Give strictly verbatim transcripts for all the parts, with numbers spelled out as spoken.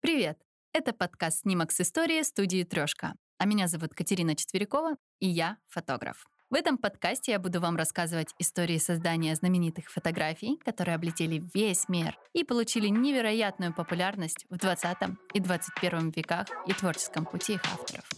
Привет! Это подкаст «Снимок с истории» студии «Трешка». А меня зовут Катерина Четверякова, и я фотограф. В этом подкасте я буду вам рассказывать истории создания знаменитых фотографий, которые облетели весь мир и получили невероятную популярность в двадцатом и двадцать первом веках и творческом пути их авторов.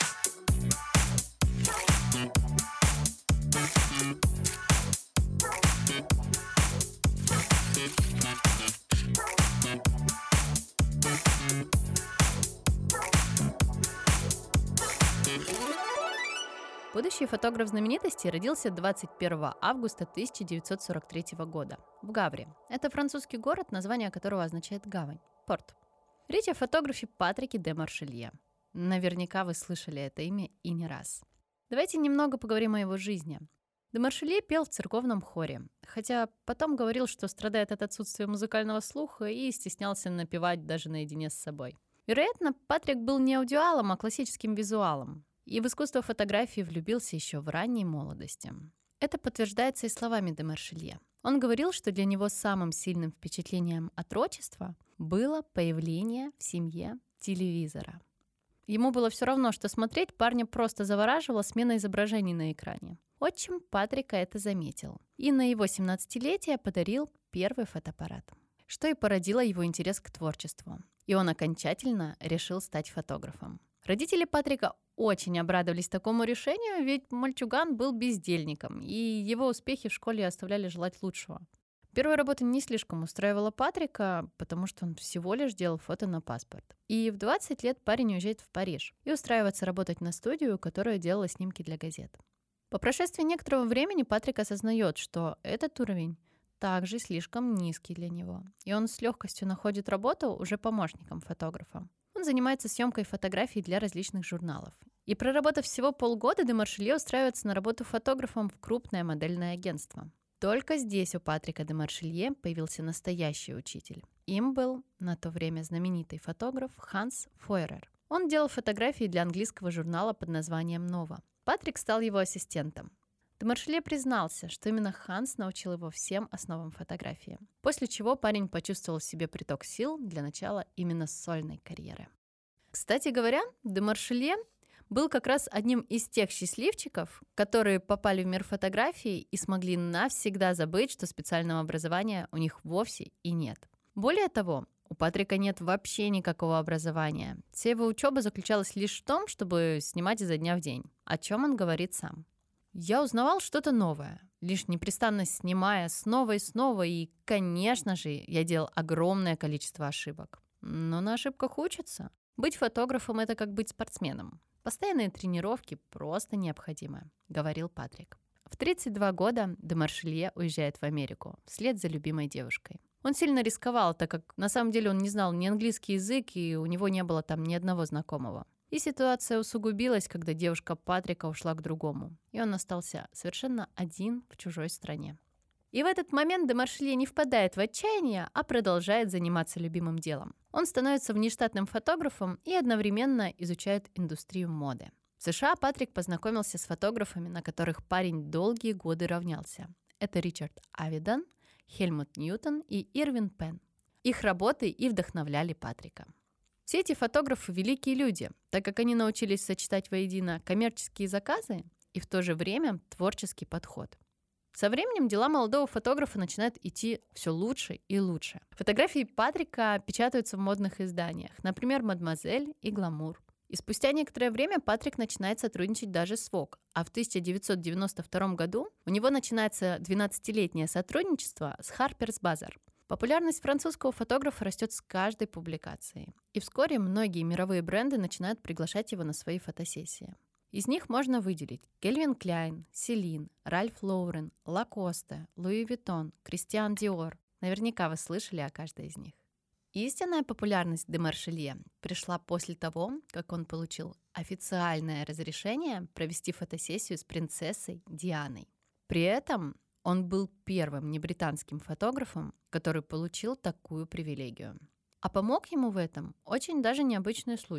Будущий фотограф знаменитости родился двадцать первого августа тысяча девятьсот сорок третьего года в Гавре. Это французский город, название которого означает «гавань», порт. Речь о фотографе Патрике де Маршелье. Наверняка вы слышали это имя и не раз. Давайте немного поговорим о его жизни. Де Маршелье пел в церковном хоре, хотя потом говорил, что страдает от отсутствия музыкального слуха и стеснялся напевать даже наедине с собой. Вероятно, Патрик был не аудиалом, а классическим визуалом. И в искусство фотографии влюбился еще в ранней молодости. Это подтверждается и словами де Маршелье. Он говорил, что для него самым сильным впечатлением отрочества было появление в семье телевизора. Ему было все равно, что смотреть, парня просто завораживала смена изображений на экране. Отчим Патрика это заметил и на его семнадцатилетие подарил первый фотоаппарат, что и породило его интерес к творчеству. И он окончательно решил стать фотографом. Родители Патрика очень обрадовались такому решению, ведь мальчуган был бездельником, и его успехи в школе оставляли желать лучшего. Первая работа не слишком устраивала Патрика, потому что он всего лишь делал фото на паспорт. И в двадцать лет парень уезжает в Париж и устраивается работать на студию, которая делала снимки для газет. По прошествии некоторого времени Патрик осознает, что этот уровень также слишком низкий для него, и он с легкостью находит работу уже помощником фотографа. Он занимается съемкой фотографий для различных журналов. И проработав всего полгода, де Маршелье устраивается на работу фотографом в крупное модельное агентство. Только здесь у Патрика де Маршелье появился настоящий учитель. Им был на то время знаменитый фотограф Ханс Фойерер. Он делал фотографии для английского журнала под названием «Нова». Патрик стал его ассистентом. Де Маршелье признался, что именно Ханс научил его всем основам фотографии, после чего парень почувствовал в себе приток сил для начала именно сольной карьеры. Кстати говоря, де Маршелье был как раз одним из тех счастливчиков, которые попали в мир фотографии и смогли навсегда забыть, что специального образования у них вовсе и нет. Более того, у Патрика нет вообще никакого образования. Вся его учеба заключалась лишь в том, чтобы снимать изо дня в день, о чем он говорит сам. Я узнавал что-то новое, лишь непрестанно снимая снова и снова, и, конечно же, я делал огромное количество ошибок. Но на ошибках учатся. Быть фотографом – это как быть спортсменом. Постоянные тренировки просто необходимы, говорил Патрик. В тридцать два года де Маршелье уезжает в Америку вслед за любимой девушкой. Он сильно рисковал, так как на самом деле он не знал ни английский язык, и у него не было там ни одного знакомого. И ситуация усугубилась, когда девушка Патрика ушла к другому, и он остался совершенно один в чужой стране. И в этот момент де Маршелье не впадает в отчаяние, а продолжает заниматься любимым делом. Он становится внештатным фотографом и одновременно изучает индустрию моды. В США Патрик познакомился с фотографами, на которых парень долгие годы равнялся. Это Ричард Авидон, Хельмут Ньютон и Ирвин Пен. Их работы и вдохновляли Патрика. Все эти фотографы – великие люди, так как они научились сочетать воедино коммерческие заказы и в то же время творческий подход. Со временем дела молодого фотографа начинают идти все лучше и лучше. Фотографии Патрика печатаются в модных изданиях, например, «Мадемуазель» и «Гламур». И спустя некоторое время Патрик начинает сотрудничать даже с Vogue, а в тысяча девятьсот девяносто втором году у него начинается двенадцатилетнее сотрудничество с Harper's Bazaar. Популярность французского фотографа растет с каждой публикацией. И вскоре многие мировые бренды начинают приглашать его на свои фотосессии. Из них можно выделить Кельвин Кляйн, Селин, Ральф Лоурен, Лакосте, Луи Виттон, Кристиан Диор. Наверняка вы слышали о каждой из них. Истинная популярность де Маршелье пришла после того, как он получил официальное разрешение провести фотосессию с принцессой Дианой. При этом он был первым небританским фотографом, который получил такую привилегию. А помог ему в этом очень даже необычный случай.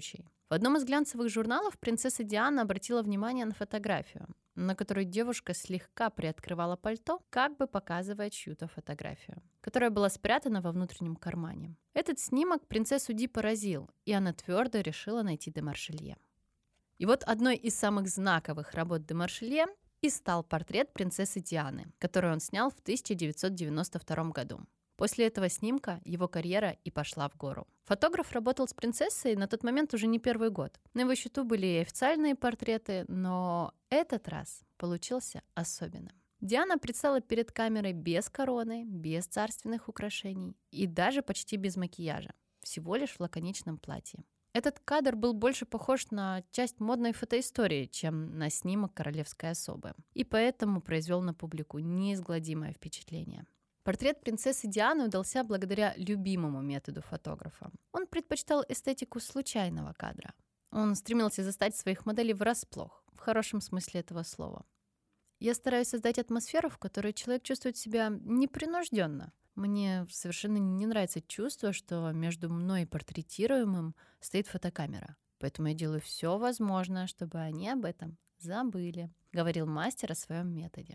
В одном из глянцевых журналов принцесса Диана обратила внимание на фотографию, на которой девушка слегка приоткрывала пальто, как бы показывая чью-то фотографию, которая была спрятана во внутреннем кармане. Этот снимок принцессу Ди поразил, и она твердо решила найти де Маршелье. И вот одной из самых знаковых работ де Маршелье и стал портрет принцессы Дианы, который он снял в тысяча девятьсот девяносто втором году. После этого снимка его карьера и пошла в гору. Фотограф работал с принцессой на тот момент уже не первый год. На его счету были и официальные портреты, но этот раз получился особенным. Диана предстала перед камерой без короны, без царственных украшений и даже почти без макияжа, всего лишь в лаконичном платье. Этот кадр был больше похож на часть модной фотоистории, чем на снимок королевской особы, и поэтому произвел на публику неизгладимое впечатление. Портрет принцессы Дианы удался благодаря любимому методу фотографа. Он предпочитал эстетику случайного кадра. Он стремился застать своих моделей врасплох, в хорошем смысле этого слова. Я стараюсь создать атмосферу, в которой человек чувствует себя непринужденно. Мне совершенно не нравится чувство, что между мной и портретируемым стоит фотокамера. Поэтому я делаю все возможное, чтобы они об этом забыли, говорил мастер о своем методе.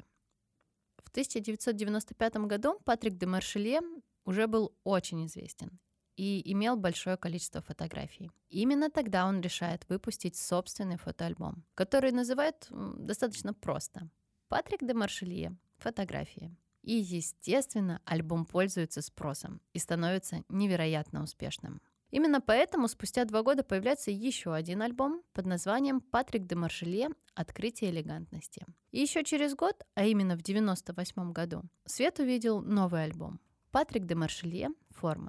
В тысяча девятьсот девяносто пятом году Патрик де Маршелье уже был очень известен и имел большое количество фотографий. Именно тогда он решает выпустить собственный фотоальбом, который называют достаточно просто «Патрик де Маршелье. Фотографии». И, естественно, альбом пользуется спросом и становится невероятно успешным. Именно поэтому спустя два года появляется еще один альбом под названием «Патрик де Маршелье. Открытие элегантности». И еще через год, а именно в девяносто восьмом году, свет увидел новый альбом «Патрик де Маршелье. Формы».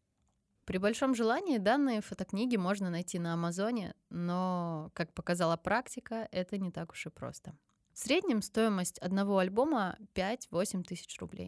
При большом желании данные фотокниги можно найти на Амазоне, но, как показала практика, это не так уж и просто. В среднем стоимость одного альбома пять-восемь тысяч рублей.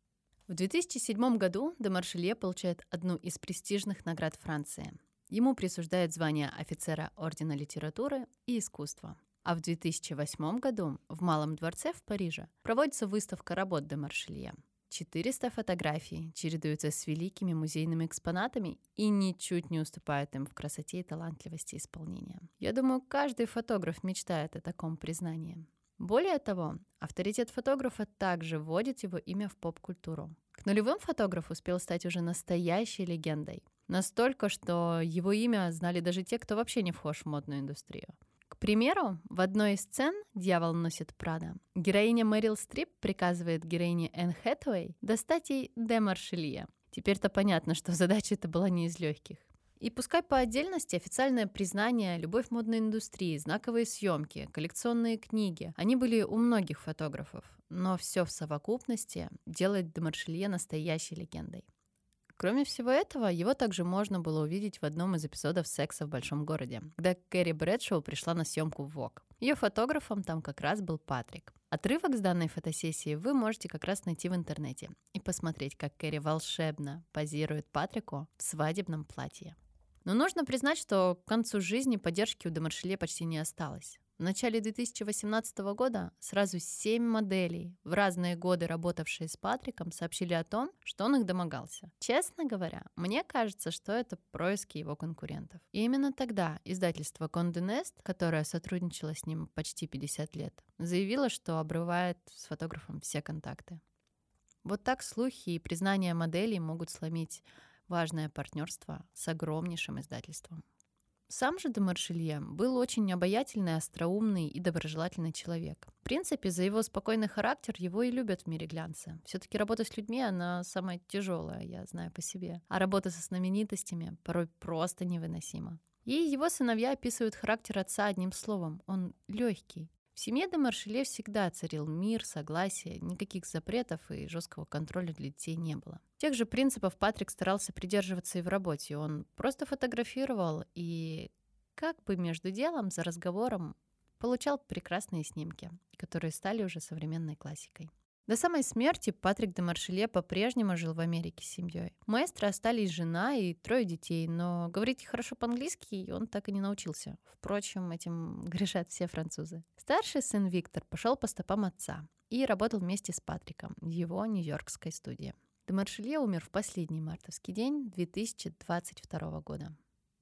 В две тысячи седьмом году де Маршелье получает одну из престижных наград Франции. Ему присуждают звание офицера Ордена литературы и искусства. А в две тысячи восьмом году в Малом дворце в Париже проводится выставка работ де Маршелье. четыреста фотографий чередуются с великими музейными экспонатами и ничуть не уступают им в красоте и талантливости исполнения. Я думаю, каждый фотограф мечтает о таком признании. Более того, авторитет фотографа также вводит его имя в поп-культуру. К нулевым фотограф успел стать уже настоящей легендой. Настолько, что его имя знали даже те, кто вообще не вхож в модную индустрию. К примеру, в одной из сцен «Дьявол носит Прада» героиня Мэрил Стрип приказывает героине Энн Хэтэуэй достать ей де Маршелье. Теперь-то понятно, что задача эта была не из легких. И пускай по отдельности официальное признание, любовь модной индустрии, знаковые съемки, коллекционные книги, они были у многих фотографов, но все в совокупности делает де Маршелье настоящей легендой. Кроме всего этого, его также можно было увидеть в одном из эпизодов «Секса в большом городе», когда Кэрри Брэдшоу пришла на съемку в Vogue. Ее фотографом там как раз был Патрик. Отрывок с данной фотосессии вы можете как раз найти в интернете и посмотреть, как Кэрри волшебно позирует Патрику в свадебном платье. Но нужно признать, что к концу жизни поддержки у де Маршелье почти не осталось. В начале две тысячи восемнадцатого года сразу семь моделей, в разные годы работавшие с Патриком, сообщили о том, что он их домогался. Честно говоря, мне кажется, что это происки его конкурентов. И именно тогда издательство Condé Nast, которое сотрудничало с ним почти пятьдесят лет, заявило, что обрывает с фотографом все контакты. Вот так слухи и признания моделей могут сломить важное партнерство с огромнейшим издательством. Сам же де Маршелье был очень обаятельный, остроумный и доброжелательный человек. В принципе, за его спокойный характер его и любят в мире глянца. Все-таки работа с людьми, она самая тяжелая, я знаю по себе. А работа со знаменитостями порой просто невыносима. И его сыновья описывают характер отца одним словом – он легкий. В семье де Маршелье всегда царил мир, согласие, никаких запретов и жесткого контроля для детей не было. Тех же принципов Патрик старался придерживаться и в работе. Он просто фотографировал и как бы между делом, за разговором, получал прекрасные снимки, которые стали уже современной классикой. До самой смерти Патрик де Маршелье по-прежнему жил в Америке с семьей. У маэстро остались жена и трое детей, но говорить хорошо по-английски он так и не научился. Впрочем, этим грешат все французы. Старший сын Виктор пошел по стопам отца и работал вместе с Патриком в его нью-йоркской студии. Де Маршелье умер в последний мартовский день две тысячи двадцать второго года.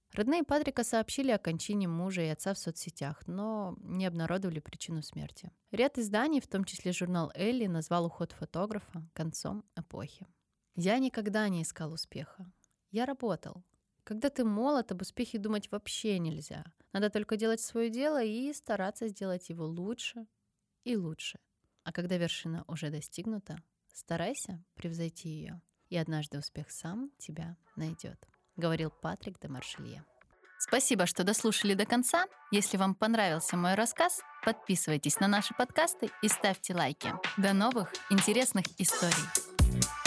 Родные Патрика сообщили о кончине мужа и отца в соцсетях, но не обнародовали причину смерти. Ряд изданий, в том числе журнал «Элли», назвал уход фотографа концом эпохи. Я никогда не искал успеха. Я работал. Когда ты молод, об успехе думать вообще нельзя. Надо только делать свое дело и стараться сделать его лучше и лучше. А когда вершина уже достигнута, старайся превзойти ее, и однажды успех сам тебя найдет, говорил Патрик де Маршелье. Спасибо, что дослушали до конца. Если вам понравился мой рассказ, подписывайтесь на наши подкасты и ставьте лайки. До новых интересных историй!